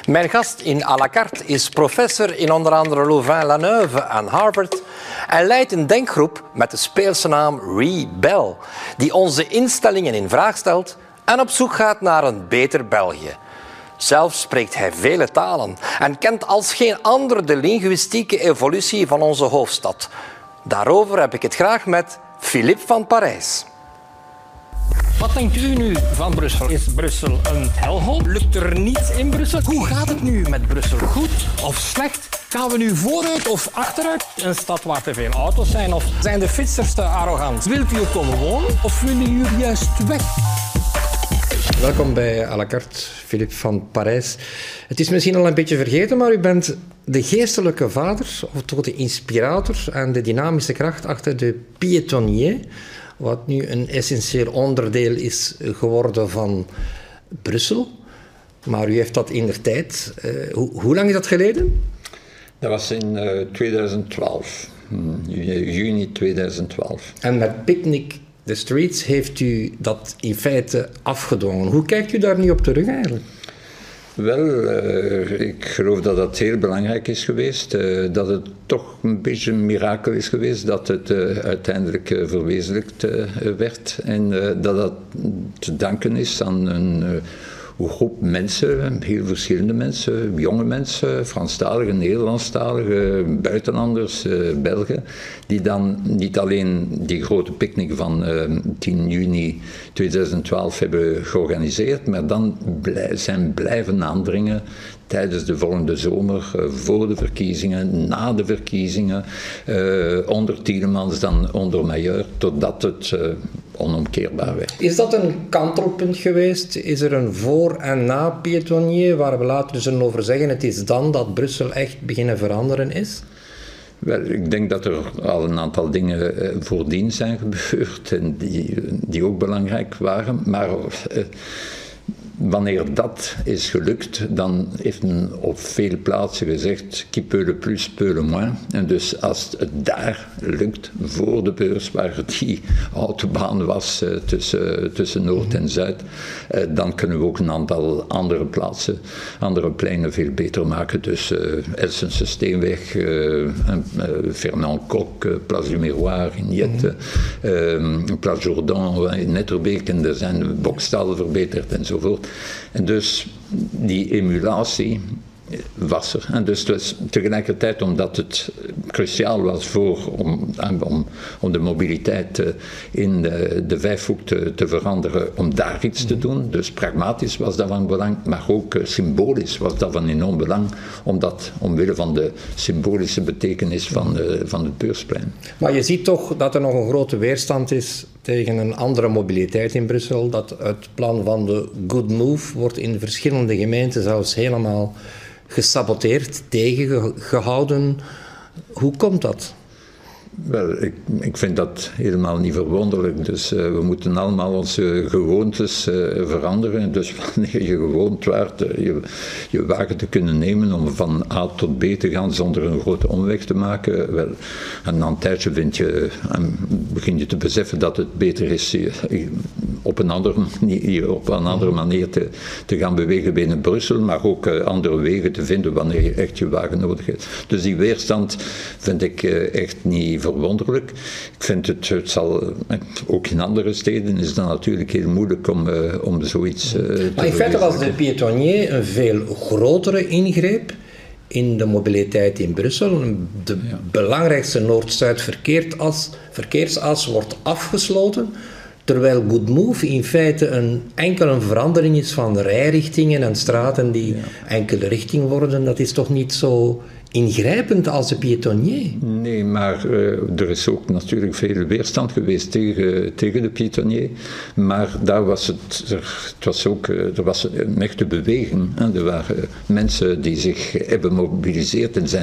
Mijn gast in à la carte is professor in onder andere Louvain-la-Neuve aan Harvard en leidt een denkgroep met de speelse naam Rebel, die onze instellingen in vraag stelt en op zoek gaat naar een beter België. Zelf spreekt hij vele talen en kent als geen ander de linguïstieke evolutie van onze hoofdstad. Daarover heb ik het graag met Philippe van Parijs. Wat denkt u nu van Brussel? Is Brussel een hellhole? Lukt er niets in Brussel? Hoe gaat het nu met Brussel? Goed of slecht? Gaan we nu vooruit of achteruit? Een stad waar te veel auto's zijn? Of zijn de fietsers te arrogant? Wilt u er komen wonen of willen u er juist weg? Welkom bij à la carte, Philippe van Parijs. Het is misschien al een beetje vergeten, maar u bent de geestelijke vader, of toch de inspirator en de dynamische kracht achter de Piétonnier, wat nu een essentieel onderdeel is geworden van Brussel. Maar u heeft dat indertijd. Hoe lang is dat geleden? Dat was in 2012, juni 2012. En met Picnic the Streets heeft u dat in feite afgedwongen. Hoe kijkt u daar nu op terug eigenlijk? Wel, ik geloof dat dat heel belangrijk is geweest. Dat het toch een beetje een mirakel is geweest dat het uiteindelijk verwezenlijkt werd. En dat dat te danken is aan een groep mensen, heel verschillende mensen, jonge mensen, Franstaligen, Nederlandstaligen, buitenlanders, Belgen, die dan niet alleen die grote picknick van 10 juni 2012 hebben georganiseerd, maar dan zijn blijven aandringen tijdens de volgende zomer, voor de verkiezingen, na de verkiezingen, onder Tielemans, dan onder Mailleur, totdat het onomkeerbaar werd. Is dat een kantelpunt geweest? Is er een voor- en na Piétonnier, waar we later zullen over zeggen, het is dan dat Brussel echt beginnen veranderen is? Wel, ik denk dat er al een aantal dingen voordien zijn gebeurd en die ook belangrijk waren, maar wanneer dat is gelukt, dan heeft men op veel plaatsen gezegd qui peut le plus, peut le moins. En dus als het daar lukt, voor de beurs, waar die autobaan was tussen Noord en Zuid, dan kunnen we ook een aantal andere plaatsen, andere pleinen veel beter maken. Dus Elsense Steenweg, Fernand Kock, Place du Miroir in Jette, Place Jourdan in Netterbeek, en er zijn Bokstal verbeterd enzovoort. En dus die emulatie was er. En dus het was tegelijkertijd, omdat het cruciaal was om de mobiliteit in de Vijfhoek te veranderen, om daar iets te doen. Dus pragmatisch was dat van belang, maar ook symbolisch was dat van enorm belang, omwille van de symbolische betekenis van het Beursplein. Maar je ziet toch dat er nog een grote weerstand is tegen een andere mobiliteit in Brussel. Dat het plan van de Good Move wordt in verschillende gemeenten zelfs helemaal gesaboteerd, tegengehouden. Hoe komt dat? Wel, ik vind dat helemaal niet verwonderlijk. Dus we moeten allemaal onze gewoontes veranderen. Dus wanneer je gewoond werd je wagen te kunnen nemen om van A tot B te gaan zonder een grote omweg te maken, wel, en na een tijdje begin je te beseffen dat het beter is op een andere manier te gaan bewegen binnen Brussel, maar ook andere wegen te vinden wanneer je echt je wagen nodig hebt. Dus die weerstand vind ik echt niet verwonderlijk. Ik vind het zal, ook in andere steden is het natuurlijk heel moeilijk om zoiets te Maar in feite was de Piétonnier een veel grotere ingreep in de mobiliteit in Brussel. De belangrijkste Noord-Zuid verkeersas wordt afgesloten, terwijl Good Move in feite een verandering is van rijrichtingen en straten die enkele richting worden. Dat is toch niet zo ingrijpend als de Piétonnier? Nee, maar er is ook natuurlijk veel weerstand geweest tegen de Piétonnier. Maar daar was er was een echte beweging. En er waren mensen die zich hebben gemobiliseerd en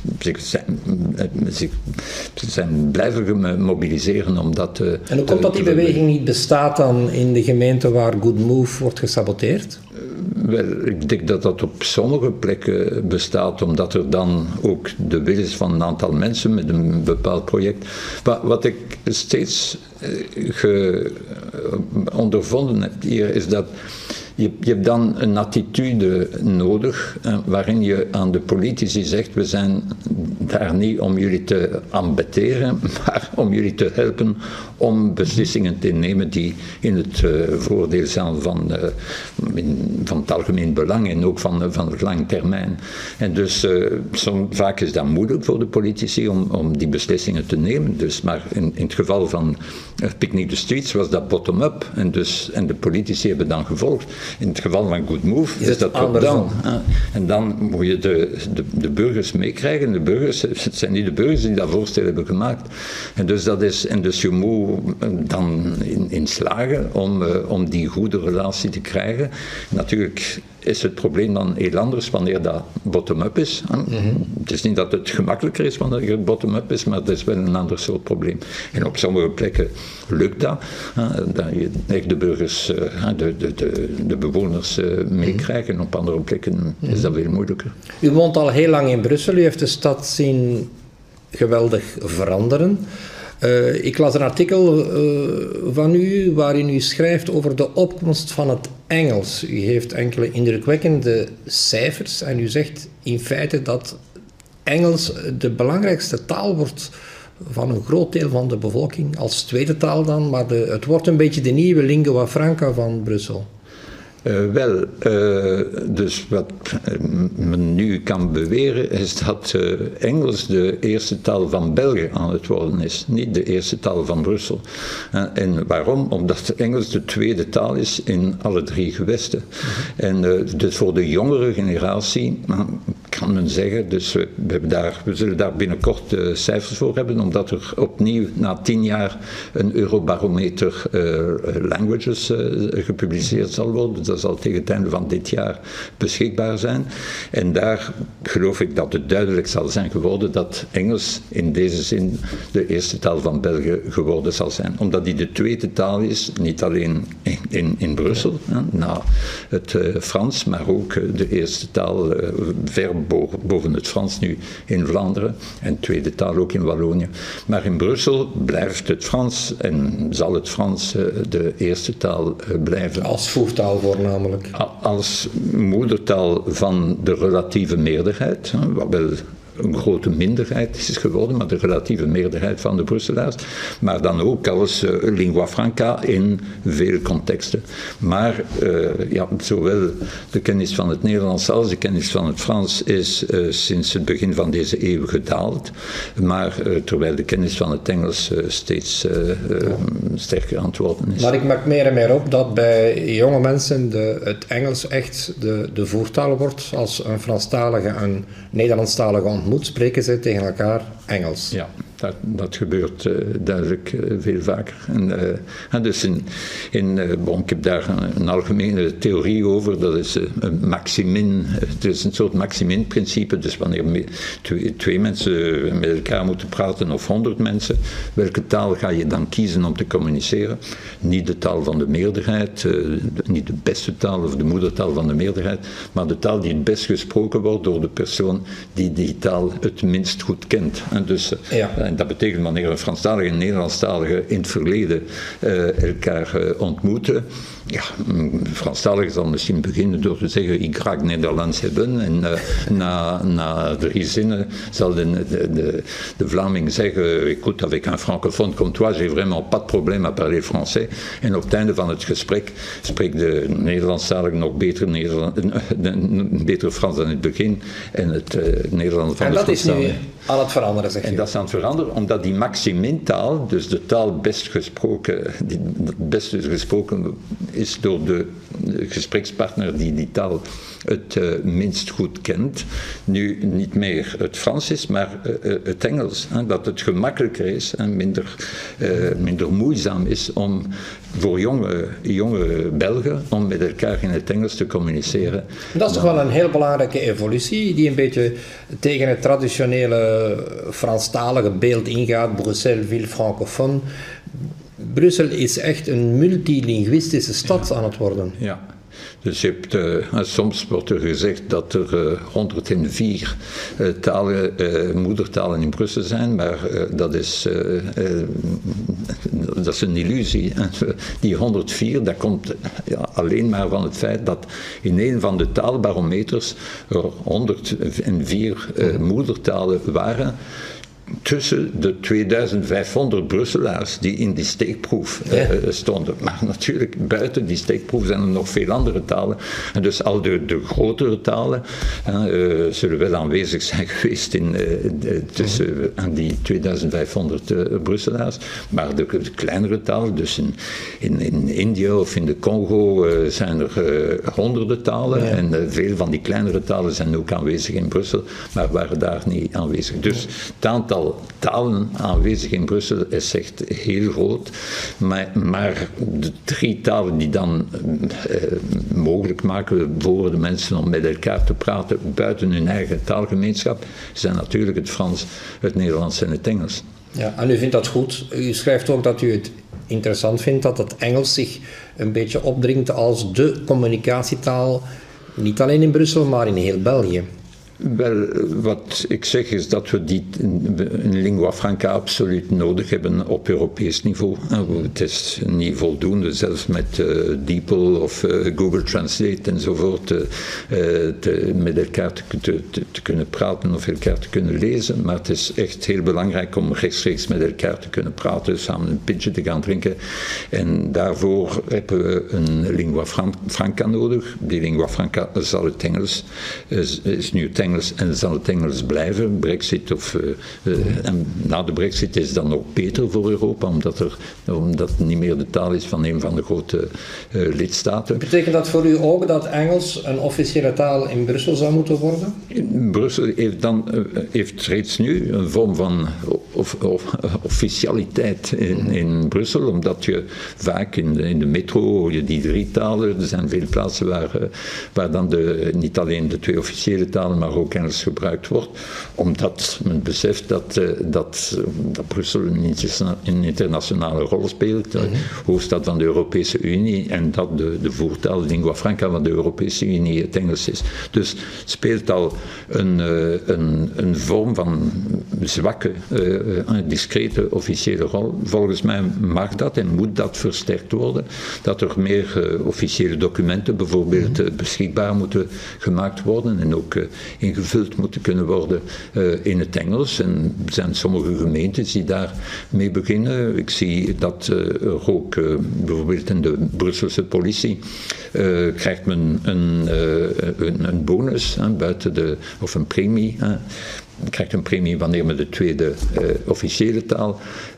zijn blijven mobiliseren om dat En hoe komt dat die beweging niet bestaat dan in de gemeente waar Good Move wordt gesaboteerd? Wel, ik denk dat dat op sommige plekken bestaat, omdat er dan ook de wil is van een aantal mensen met een bepaald project. Wat ik steeds ondervonden heb hier, is dat je hebt dan een attitude nodig waarin je aan de politici zegt, we zijn daar niet om jullie te ambetteren, maar om jullie te helpen om beslissingen te nemen die in het voordeel zijn van het algemeen belang en ook van het lang termijn. En dus vaak is dat moeilijk voor de politici om die beslissingen te nemen. Dus, maar in het geval van Picnic the Streets was dat bottom-up en de politici hebben dan gevolgd. In het geval van Good Move is dat top-down. En dan moet je de burgers meekrijgen. De burgers, het zijn niet de burgers die dat voorstel hebben gemaakt. En dus je moet dan in slagen om die goede relatie te krijgen. Natuurlijk is het probleem dan heel anders wanneer dat bottom-up is. Het is niet dat het gemakkelijker is wanneer het bottom-up is, maar het is wel een ander soort probleem. En op sommige plekken lukt dat je echt de burgers, de bewoners meekrijgt, en op andere plekken is dat veel moeilijker. U woont al heel lang in Brussel, u heeft de stad zien geweldig veranderen. Ik las een artikel van u waarin u schrijft over de opkomst van het Engels. U geeft enkele indrukwekkende cijfers en u zegt in feite dat Engels de belangrijkste taal wordt van een groot deel van de bevolking, als tweede taal dan, maar het wordt een beetje de nieuwe lingua franca van Brussel. Dus wat men nu kan beweren is dat Engels de eerste taal van België aan het worden is, niet de eerste taal van Brussel. En waarom? Omdat Engels de tweede taal is in alle 3 gewesten. En dus voor de jongere generatie kan men zeggen, dus we zullen daar binnenkort cijfers voor hebben, omdat er opnieuw na 10 jaar een Eurobarometer Languages gepubliceerd zal worden. Dat zal tegen het einde van dit jaar beschikbaar zijn. En daar geloof ik dat het duidelijk zal zijn geworden dat Engels in deze zin de eerste taal van België geworden zal zijn. Omdat die de tweede taal is, niet alleen in Brussel, na het Frans, maar ook de eerste taal ver boven het Frans nu in Vlaanderen en tweede taal ook in Wallonië. Maar in Brussel blijft het Frans en zal het Frans de eerste taal blijven. Als voertaal voornamelijk. Als moedertaal van de relatieve meerderheid, wat wel een grote minderheid is geworden, maar de relatieve meerderheid van de Brusselaars, maar dan ook als lingua franca in veel contexten. Maar zowel de kennis van het Nederlands als de kennis van het Frans is sinds het begin van deze eeuw gedaald, maar terwijl de kennis van het Engels steeds sterker aan het worden is. Maar ik merk meer en meer op dat bij jonge mensen het Engels echt de voertaal wordt. Als een Franstalige en Nederlandstalige ontmoet, spreken ze tegen elkaar Engels. Ja, dat gebeurt duidelijk veel vaker. En dus ik heb daar een algemene theorie over, dat is een maximin, het is een soort maximin-principe, dus wanneer twee mensen met elkaar moeten praten of 100 mensen, welke taal ga je dan kiezen om te communiceren? Niet de taal van de meerderheid, niet de beste taal of de moedertaal van de meerderheid, maar de taal die het best gesproken wordt door de persoon die die taal het minst goed kent. En dus en dat betekent wanneer een Franstalige en Nederlandstalige in het verleden elkaar ontmoeten. Ja, Franstalige zal misschien beginnen door te zeggen, ik graag Nederlands hebben. En na 3 zinnen zal de Vlaming zeggen, écoute, avec un francophone comme toi, j'ai vraiment pas de problème à parler français. En op het einde van het gesprek spreekt de Nederlandstalige nog beter Frans dan in het begin. En het Nederlands van de Franstalige. En dat is nu aan het veranderen, zeg je. En dat is aan het veranderen, omdat die maximintaal, dus de taal best gesproken is door de gesprekspartner die taal het minst goed kent, nu niet meer het Frans is, maar het Engels. Dat het gemakkelijker is en minder moeizaam is om voor jonge Belgen om met elkaar in het Engels te communiceren. Dat is toch wel een heel belangrijke evolutie die een beetje tegen het traditionele Franstalige beeld ingaat, Bruxelles, ville francophone. Brussel is echt een multilinguïstische stad aan het worden. Ja. Dus je hebt, soms wordt er gezegd dat er 104 moedertalen in Brussel zijn, maar dat is een illusie. Die 104, dat komt alleen maar van het feit dat in een van de taalbarometers er 104 moedertalen waren. Tussen de 2500 Brusselaars die in die steekproef stonden. Maar natuurlijk, buiten die steekproef zijn er nog veel andere talen. En dus al de grotere talen zullen wel aanwezig zijn geweest tussen die 2500 Brusselaars. Maar de kleinere talen, dus in India of in de Congo zijn er honderden talen. Ja. En veel van die kleinere talen zijn ook aanwezig in Brussel, maar waren daar niet aanwezig. Dus het aantal talen aanwezig in Brussel is echt heel groot, maar de 3 talen die dan mogelijk maken voor de mensen om met elkaar te praten buiten hun eigen taalgemeenschap, zijn natuurlijk het Frans, het Nederlands en het Engels. Ja, en u vindt dat goed. U schrijft ook dat u het interessant vindt dat het Engels zich een beetje opdringt als de communicatietaal, niet alleen in Brussel, maar in heel België. Wel, wat ik zeg is dat we een lingua franca absoluut nodig hebben op Europees niveau. Het is niet voldoende, zelfs met DeepL of Google Translate enzovoort, met elkaar te kunnen praten of elkaar te kunnen lezen. Maar het is echt heel belangrijk om rechtstreeks met elkaar te kunnen praten, samen een pintje te gaan drinken. En daarvoor hebben we een lingua franca nodig. Die lingua franca zal het Engels, is nu het Engels en zal het Engels blijven. Brexit en na de Brexit is het dan ook beter voor Europa, omdat het niet meer de taal is van een van de grote lidstaten. Betekent dat voor u ook dat Engels een officiële taal in Brussel zou moeten worden? Brussel heeft reeds nu een vorm van officialiteit in Brussel, omdat je vaak in de metro die 3 talen, er zijn veel plaatsen waar dan niet alleen de 2 officiële talen, maar ook Engels gebruikt wordt, omdat men beseft dat Brussel een internationale rol speelt, de hoofdstad van de Europese Unie, en dat de voertaal, lingua franca van de Europese Unie het Engels is. Dus speelt al een vorm van zwakke, discrete officiële rol. Volgens mij mag dat en moet dat versterkt worden, dat er meer officiële documenten bijvoorbeeld beschikbaar moeten gemaakt worden en ook ingevuld moeten kunnen worden in het Engels. En er zijn sommige gemeentes die daar mee beginnen. Ik zie dat er ook bijvoorbeeld in de Brusselse politie krijgt men een bonus of een premie. Je krijgt een premie wanneer men de 2e officiële taal,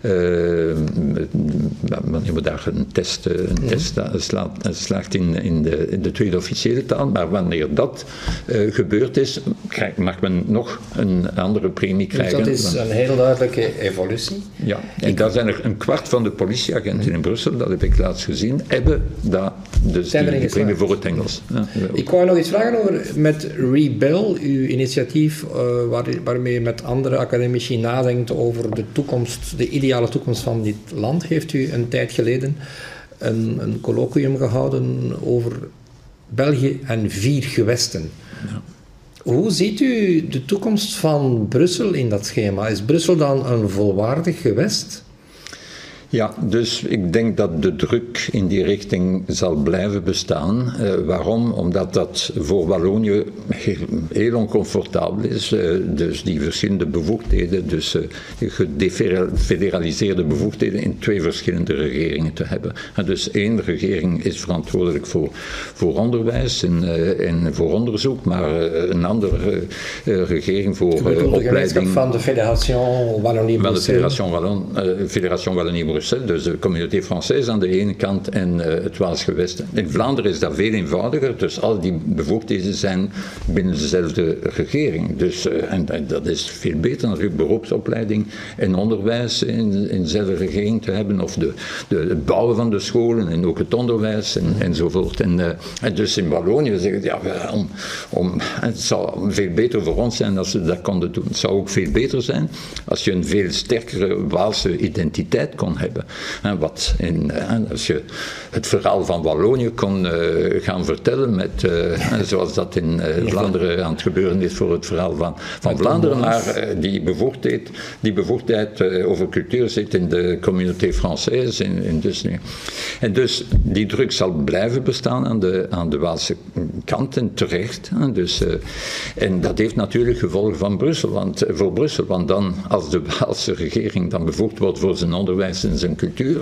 wanneer men daar een test slaagt in de 2e officiële taal, maar wanneer dat gebeurd is, mag men nog een andere premie krijgen. Dus dat is een heel duidelijke evolutie. Ja, en daar zijn er 1/4 van de politieagenten in Brussel, dat heb ik laatst gezien, hebben die premie voor het Engels. Ja, ik wou nog iets vragen over met Rebel, uw initiatief waarmee je met andere academici nadenkt over de ideale toekomst van dit land. Heeft u een tijd geleden een colloquium gehouden over België en 4 gewesten. Ja. Hoe ziet u de toekomst van Brussel in dat schema? Is Brussel dan een volwaardig gewest? Ja, dus ik denk dat de druk in die richting zal blijven bestaan. Waarom? Omdat dat voor Wallonië heel oncomfortabel is. Dus die verschillende bevoegdheden, dus gefederaliseerde bevoegdheden in 2 verschillende regeringen te hebben. En dus 1 regering is verantwoordelijk voor onderwijs en voor onderzoek, maar een andere regering voor opleiding. Van de Fédération Wallonie-Bruxelles. Van de Fédération Wallonie-Bruxelles. Dus de communauté française aan de ene kant en het Waals gewest. In Vlaanderen is dat veel eenvoudiger, dus al die bevoegdheden zijn binnen dezelfde regering. Dus, en dat is veel beter natuurlijk, beroepsopleiding en onderwijs in dezelfde regering te hebben, of het bouwen van de scholen en ook het onderwijs enzovoort. En dus in Wallonië zeggen ze, het zou veel beter voor ons zijn als we dat konden doen. Het zou ook veel beter zijn als je een veel sterkere Waalse identiteit kon hebben. hebben. En als je het verhaal van Wallonië kon gaan vertellen, zoals dat in Vlaanderen aan het gebeuren is voor het verhaal van Vlaanderen, maar die bevoegdheid over cultuur zit in de communauté française. En dus die druk zal blijven bestaan aan de Waalse kant en terecht. En dat heeft natuurlijk gevolgen voor Brussel, want dan, als de Waalse regering dan bevoegd wordt voor zijn onderwijs en zijn cultuur,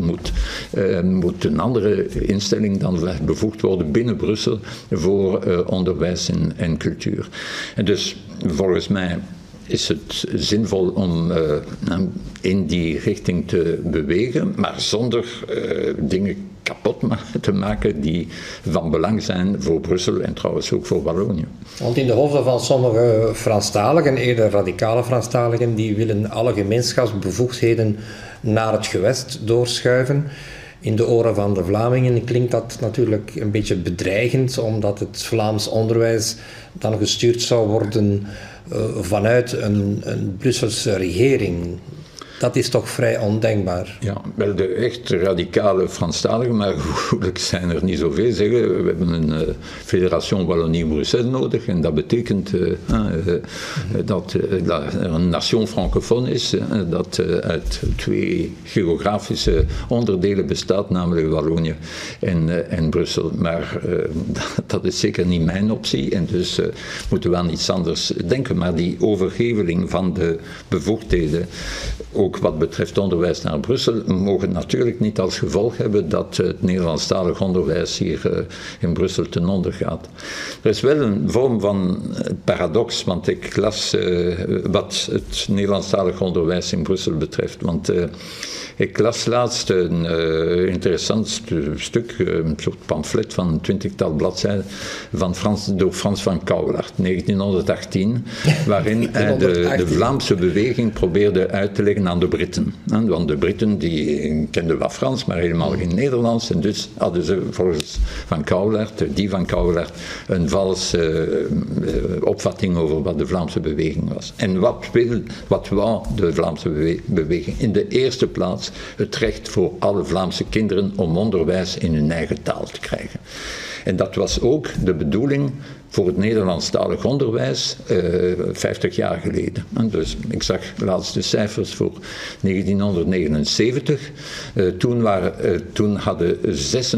moet een andere instelling dan bevoegd worden binnen Brussel voor onderwijs en cultuur. En dus volgens mij is het zinvol om in die richting te bewegen, maar zonder dingen kapot te maken die van belang zijn voor Brussel en trouwens ook voor Wallonië. Want in de hoofden van sommige Franstaligen, eerder radicale Franstaligen, die willen alle gemeenschapsbevoegdheden naar het gewest doorschuiven. In de oren van de Vlamingen klinkt dat natuurlijk een beetje bedreigend, omdat het Vlaams onderwijs dan gestuurd zou worden vanuit een Brusselse regering. Dat is toch vrij ondenkbaar. Ja, wel de echt radicale Franstaligen, maar gelukkig zijn er niet zoveel, zeggen we hebben een Fédération Wallonie-Bruxelles nodig en dat betekent dat er een nation francofoon is, dat uit 2 geografische onderdelen bestaat, namelijk Wallonië en Brussel. Maar dat is zeker niet mijn optie en dus moeten we aan iets anders denken. Maar die overgeveling van de bevoegdheden, ook wat betreft onderwijs naar Brussel, mogen natuurlijk niet als gevolg hebben dat het Nederlandstalig onderwijs hier in Brussel ten onder gaat. Er is wel een vorm van paradox, want ik las wat het Nederlandstalig onderwijs in Brussel betreft. Want ik las laatst een interessant stuk, een soort pamflet van 20-tal bladzijden door Frans van Cauwelaert, 1918, waarin hij de Vlaamse beweging probeerde uit te leggen aan de Britten. Want de Britten die kenden wel Frans, maar helemaal geen Nederlands. En dus hadden ze volgens Van Cauwelaert, een valse opvatting over wat de Vlaamse beweging was. En wat wou de Vlaamse beweging? In de eerste plaats het recht voor alle Vlaamse kinderen om onderwijs in hun eigen taal te krijgen. En dat was ook de bedoeling voor het Nederlandstalig onderwijs 50 jaar geleden. En dus ik zag laatst de cijfers voor 1979. Toen hadden 96%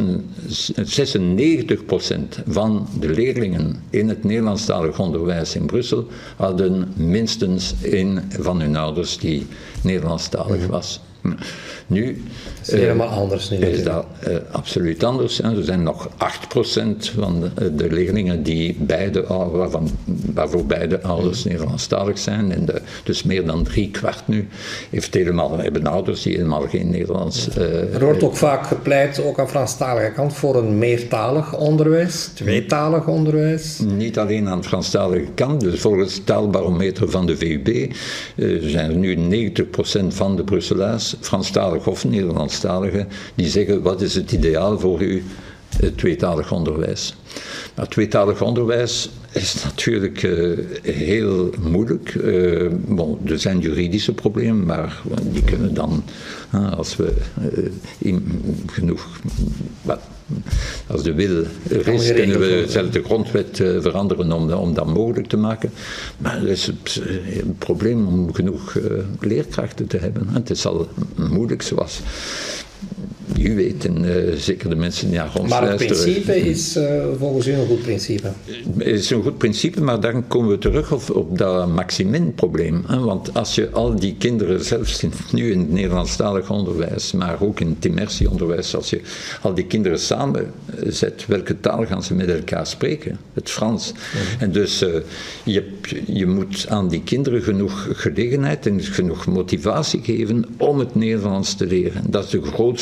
van de leerlingen in het Nederlandstalig onderwijs in Brussel hadden minstens een van hun ouders die Nederlandstalig was. Nu is helemaal anders nu. Is dat absoluut anders. Er zijn nog 8% van de leerlingen die waarvoor beide ouders Nederlandstalig zijn. En dus meer dan 3/4 nu hebben ouders die helemaal geen Nederlands... Er wordt ook vaak gepleit, ook aan Franstalige kant, voor een meertalig onderwijs, tweetalig onderwijs. Niet alleen aan de Franstalige kant. Dus volgens het taalbarometer van de VUB zijn er nu 90% van de Brusselaars Franstalig of Nederlandstaligen die zeggen: wat is het ideaal voor u? Het tweetalig onderwijs. Maar tweetalig onderwijs is natuurlijk heel moeilijk. Er zijn juridische problemen, maar die kunnen dan, als we genoeg... Als de wil er is, kunnen we zelfs de grondwet veranderen om dat mogelijk te maken. Maar er is het probleem om genoeg leerkrachten te hebben. Het is al moeilijk, zoals u weet, en zeker de mensen die naar ons luisteren. Maar het principe is volgens u een goed principe? Het is een goed principe, maar dan komen we terug op dat Maximin-probleem. Want als je al die kinderen, zelfs nu in het Nederlandstalig onderwijs, maar ook in het immersieonderwijs, als je al die kinderen samenzet, welke taal gaan ze met elkaar spreken? Het Frans. En dus je moet aan die kinderen genoeg gelegenheid en genoeg motivatie geven om het Nederlands te leren. Dat is de grootste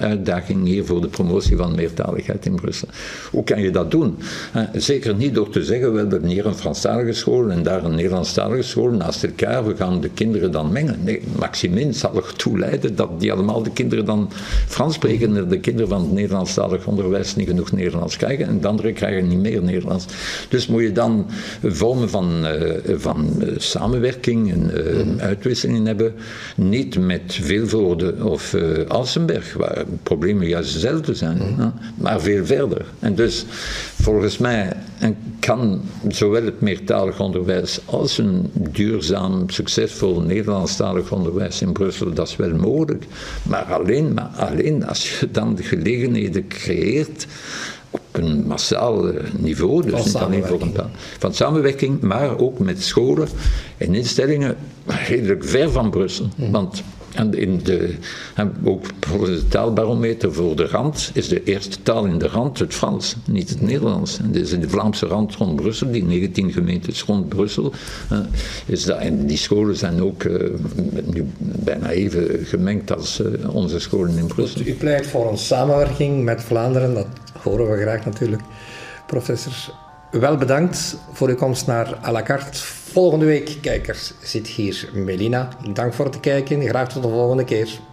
uitdaging hier voor de promotie van meertaligheid in Brussel. Hoe kan je dat doen? Zeker niet door te zeggen, we hebben hier een Franstalige school en daar een Nederlandstalige school naast elkaar, we gaan de kinderen dan mengen. Nee, Maximin zal ertoe leiden dat die allemaal de kinderen dan Frans spreken en de kinderen van het Nederlandstalig onderwijs niet genoeg Nederlands krijgen en de anderen krijgen niet meer Nederlands. Dus moet je dan vormen van samenwerking en uitwisselingen hebben, niet met Vilvoorde of Alsenberg, waar problemen juist hetzelfde zijn, maar veel verder. En dus volgens mij kan zowel het meertalig onderwijs als een duurzaam, succesvol Nederlandstalig onderwijs in Brussel, dat is wel mogelijk. Maar alleen als je dan de gelegenheden creëert op een massaal niveau, dus niet alleen voor een van samenwerking, maar ook met scholen en instellingen redelijk ver van Brussel. Want ook volgens de taalbarometer voor de rand is de eerste taal in de rand het Frans, niet het Nederlands. En dus in de Vlaamse rand rond Brussel, die 19 gemeentes rond Brussel, is dat, en die scholen zijn ook nu bijna even gemengd als onze scholen in Brussel. U pleit voor een samenwerking met Vlaanderen, dat horen we graag natuurlijk. Professor, wel bedankt voor uw komst naar à la carte. Volgende week, kijkers, zit hier Melina. Dank voor het kijken. Graag tot de volgende keer.